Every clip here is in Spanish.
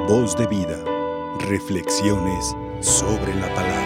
Voz de vida. Reflexiones sobre la palabra.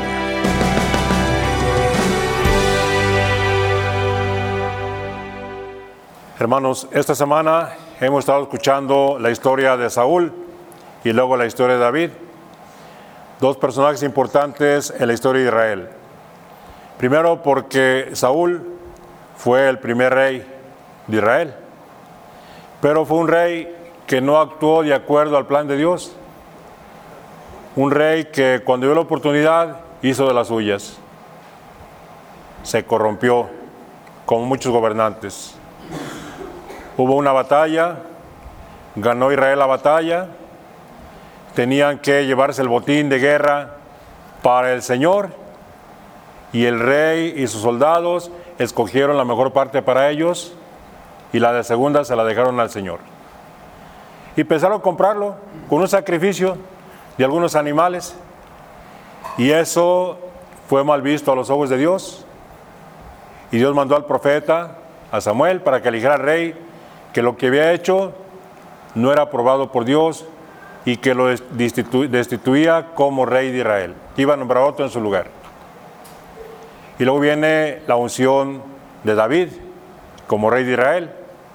Hermanos, esta semana hemos estado escuchando la historia de Saúl y luego la historia de David, dos personajes importantes en la historia de Israel. Primero porque Saúl fue el primer rey de Israel, pero fue un rey que no actuó de acuerdo al plan de Dios. Un rey que cuando dio la oportunidad hizo de las suyas. Se corrompió, como muchos gobernantes. Hubo una batalla, ganó Israel la batalla, tenían que llevarse el botín de guerra para el Señor, y el rey y sus soldados escogieron la mejor parte para ellos, y la de segunda se la dejaron al Señor. Y pensaron comprarlo con un sacrificio de algunos animales, y eso fue mal visto a los ojos de Dios. Y Dios mandó al profeta, a Samuel, para que eligiera al rey, que lo que había hecho no era aprobado por Dios y que lo destituía como rey de Israel. Iba a nombrar otro en su lugar. Y luego viene la unción de David como rey de Israel.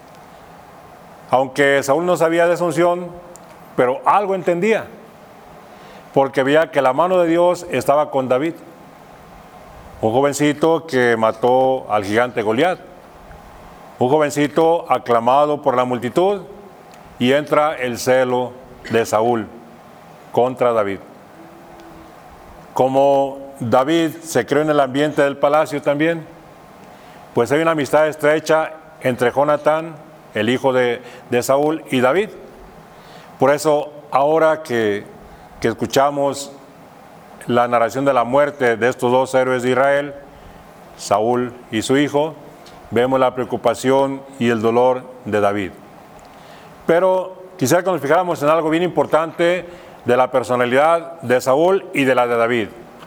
Aunque Saúl no sabía de esa unción, pero algo entendía, porque veía que la mano de Dios estaba con David, un jovencito que mató al gigante Goliat, un jovencito aclamado por la multitud, y entra el celo de Saúl contra David. Como David se creó en el ambiente del palacio también, pues hay una amistad estrecha entre Jonatán, el hijo de Saúl, y David. Por eso, ahora que escuchamos la narración de la muerte de estos dos héroes de Israel, Saúl y su hijo, vemos la preocupación y el dolor de David. Pero quisiera que nos fijáramos en algo bien importante de la personalidad de Saúl y de la de David.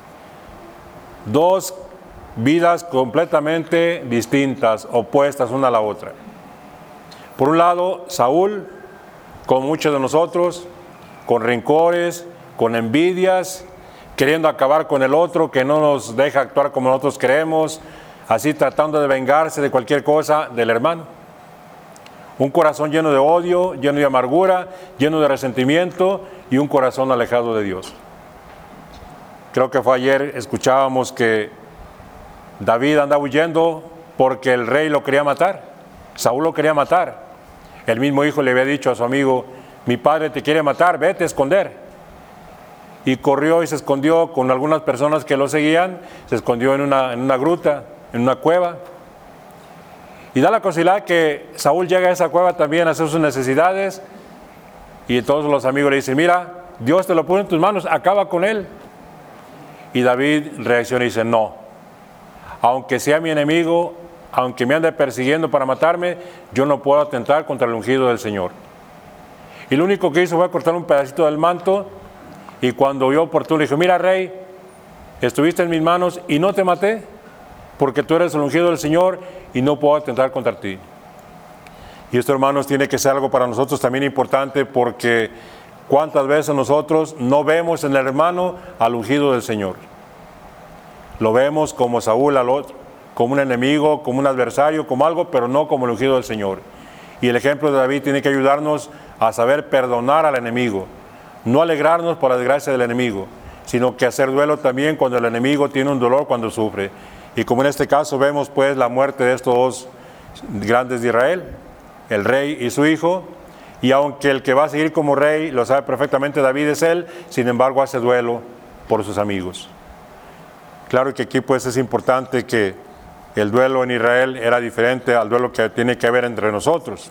Dos vidas completamente distintas, opuestas una a la otra. Por un lado, Saúl, como muchos de nosotros, con rencores, con envidias, queriendo acabar con el otro que no nos deja actuar como nosotros queremos, así tratando de vengarse de cualquier cosa del hermano. Un corazón lleno de odio, lleno de amargura, lleno de resentimiento y un corazón alejado de Dios. Creo que fue ayer, escuchábamos que David andaba huyendo porque el rey lo quería matar. Saúl lo quería matar. El mismo hijo le había dicho a su amigo: mi padre te quiere matar, vete a esconder. Y corrió y se escondió con algunas personas que lo seguían, se escondió en una gruta, en una cueva. Y da la casualidad que Saúl llega a esa cueva también a hacer sus necesidades, y todos los amigos le dicen: mira, Dios te lo pone en tus manos, acaba con él. Y David reacciona y dice: no, aunque sea mi enemigo, aunque me ande persiguiendo para matarme, yo no puedo atentar contra el ungido del Señor. Y lo único que hizo fue cortar un pedacito del manto, y cuando vio oportuno le dijo: mira, rey, estuviste en mis manos y no te maté, porque tú eres el ungido del Señor y no puedo atentar contra ti. Y esto, hermanos, tiene que ser algo para nosotros también importante, porque cuántas veces nosotros no vemos en el hermano al ungido del Señor. Lo vemos como Saúl al otro, como un enemigo, como un adversario, como algo, pero no como el ungido del Señor. Y el ejemplo de David tiene que ayudarnos a saber perdonar al enemigo, no alegrarnos por la desgracia del enemigo, sino que hacer duelo también cuando el enemigo tiene un dolor, cuando sufre. Y como en este caso vemos pues la muerte de estos dos grandes de Israel, el rey y su hijo, y aunque el que va a seguir como rey, lo sabe perfectamente David, es él, sin embargo hace duelo por sus amigos. Claro que aquí pues es importante que el duelo en Israel era diferente al duelo que tiene que haber entre nosotros.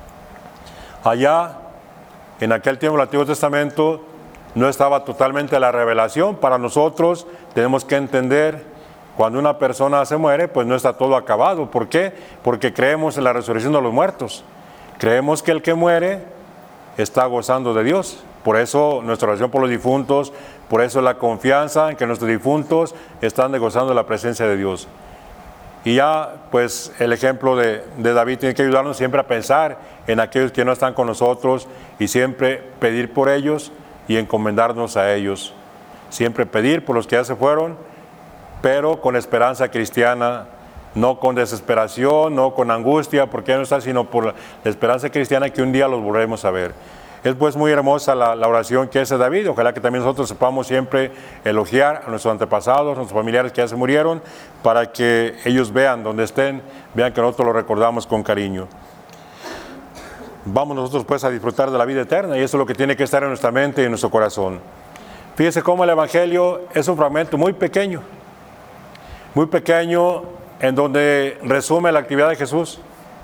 Allá, en aquel tiempo del Antiguo Testamento, no estaba totalmente la revelación. Para nosotros tenemos que entender, cuando una persona se muere, pues no está todo acabado. ¿Por qué? Porque creemos en la resurrección de los muertos. Creemos que el que muere está gozando de Dios. Por eso nuestra oración por los difuntos, por eso la confianza en que nuestros difuntos están gozando de la presencia de Dios. Y ya, pues, el ejemplo de David tiene que ayudarnos siempre a pensar en aquellos que no están con nosotros y siempre pedir por ellos y encomendarnos a ellos. Siempre pedir por los que ya se fueron, pero con esperanza cristiana, no con desesperación, no con angustia, porque ya no está, sino por la esperanza cristiana que un día los volveremos a ver. Es pues muy hermosa la oración que hace David. Ojalá que también nosotros sepamos siempre elogiar a nuestros antepasados, a nuestros familiares que ya se murieron, para que ellos vean donde estén, vean que nosotros los recordamos con cariño. Vamos nosotros pues a disfrutar de la vida eterna, y eso es lo que tiene que estar en nuestra mente y en nuestro corazón. Fíjese cómo el Evangelio es un fragmento muy pequeño en donde resume la actividad de Jesús.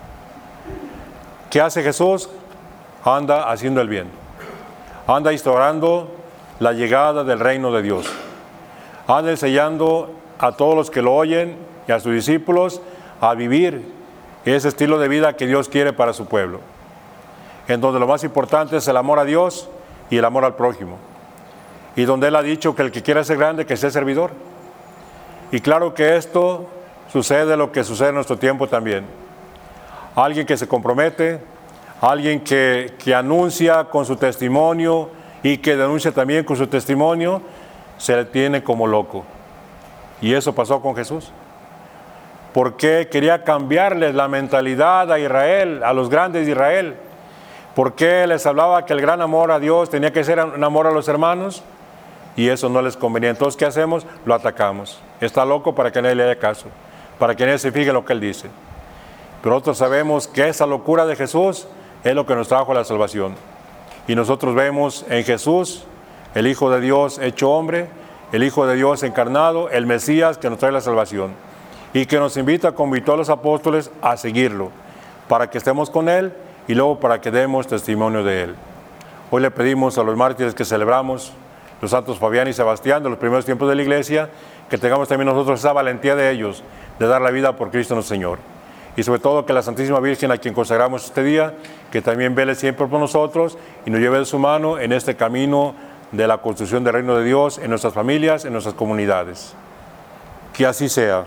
¿Qué hace Jesús? Anda haciendo el bien, anda instaurando la llegada del reino de Dios, anda enseñando a todos los que lo oyen y a sus discípulos a vivir ese estilo de vida que Dios quiere para su pueblo, en donde lo más importante es el amor a Dios y el amor al prójimo, y donde Él ha dicho que el que quiera ser grande, que sea servidor. Y claro que esto sucede lo que sucede en nuestro tiempo también. Alguien que se compromete, alguien que anuncia con su testimonio y que denuncia también con su testimonio, se le tiene como loco. Y eso pasó con Jesús. Porque quería cambiarles la mentalidad a Israel, a los grandes de Israel. Porque les hablaba que el gran amor a Dios tenía que ser un amor a los hermanos, y eso no les convenía. Entonces, ¿qué hacemos? Lo atacamos. Está loco, para que nadie le haga caso, para que nadie se fije en lo que Él dice. Pero nosotros sabemos que esa locura de Jesús es lo que nos trajo a la salvación. Y nosotros vemos en Jesús, el Hijo de Dios hecho hombre, el Hijo de Dios encarnado, el Mesías que nos trae la salvación. Y que nos invita, como invitó a los apóstoles, a seguirlo, para que estemos con Él y luego para que demos testimonio de Él. Hoy le pedimos a los mártires que celebramos, los santos Fabián y Sebastián, de los primeros tiempos de la Iglesia, que tengamos también nosotros esa valentía de ellos, de dar la vida por Cristo nuestro Señor. Y sobre todo que la Santísima Virgen, a quien consagramos este día, que también vele siempre por nosotros y nos lleve de su mano en este camino de la construcción del reino de Dios en nuestras familias, en nuestras comunidades. Que así sea.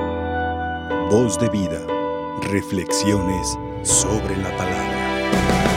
Voz de vida. Reflexiones sobre la palabra.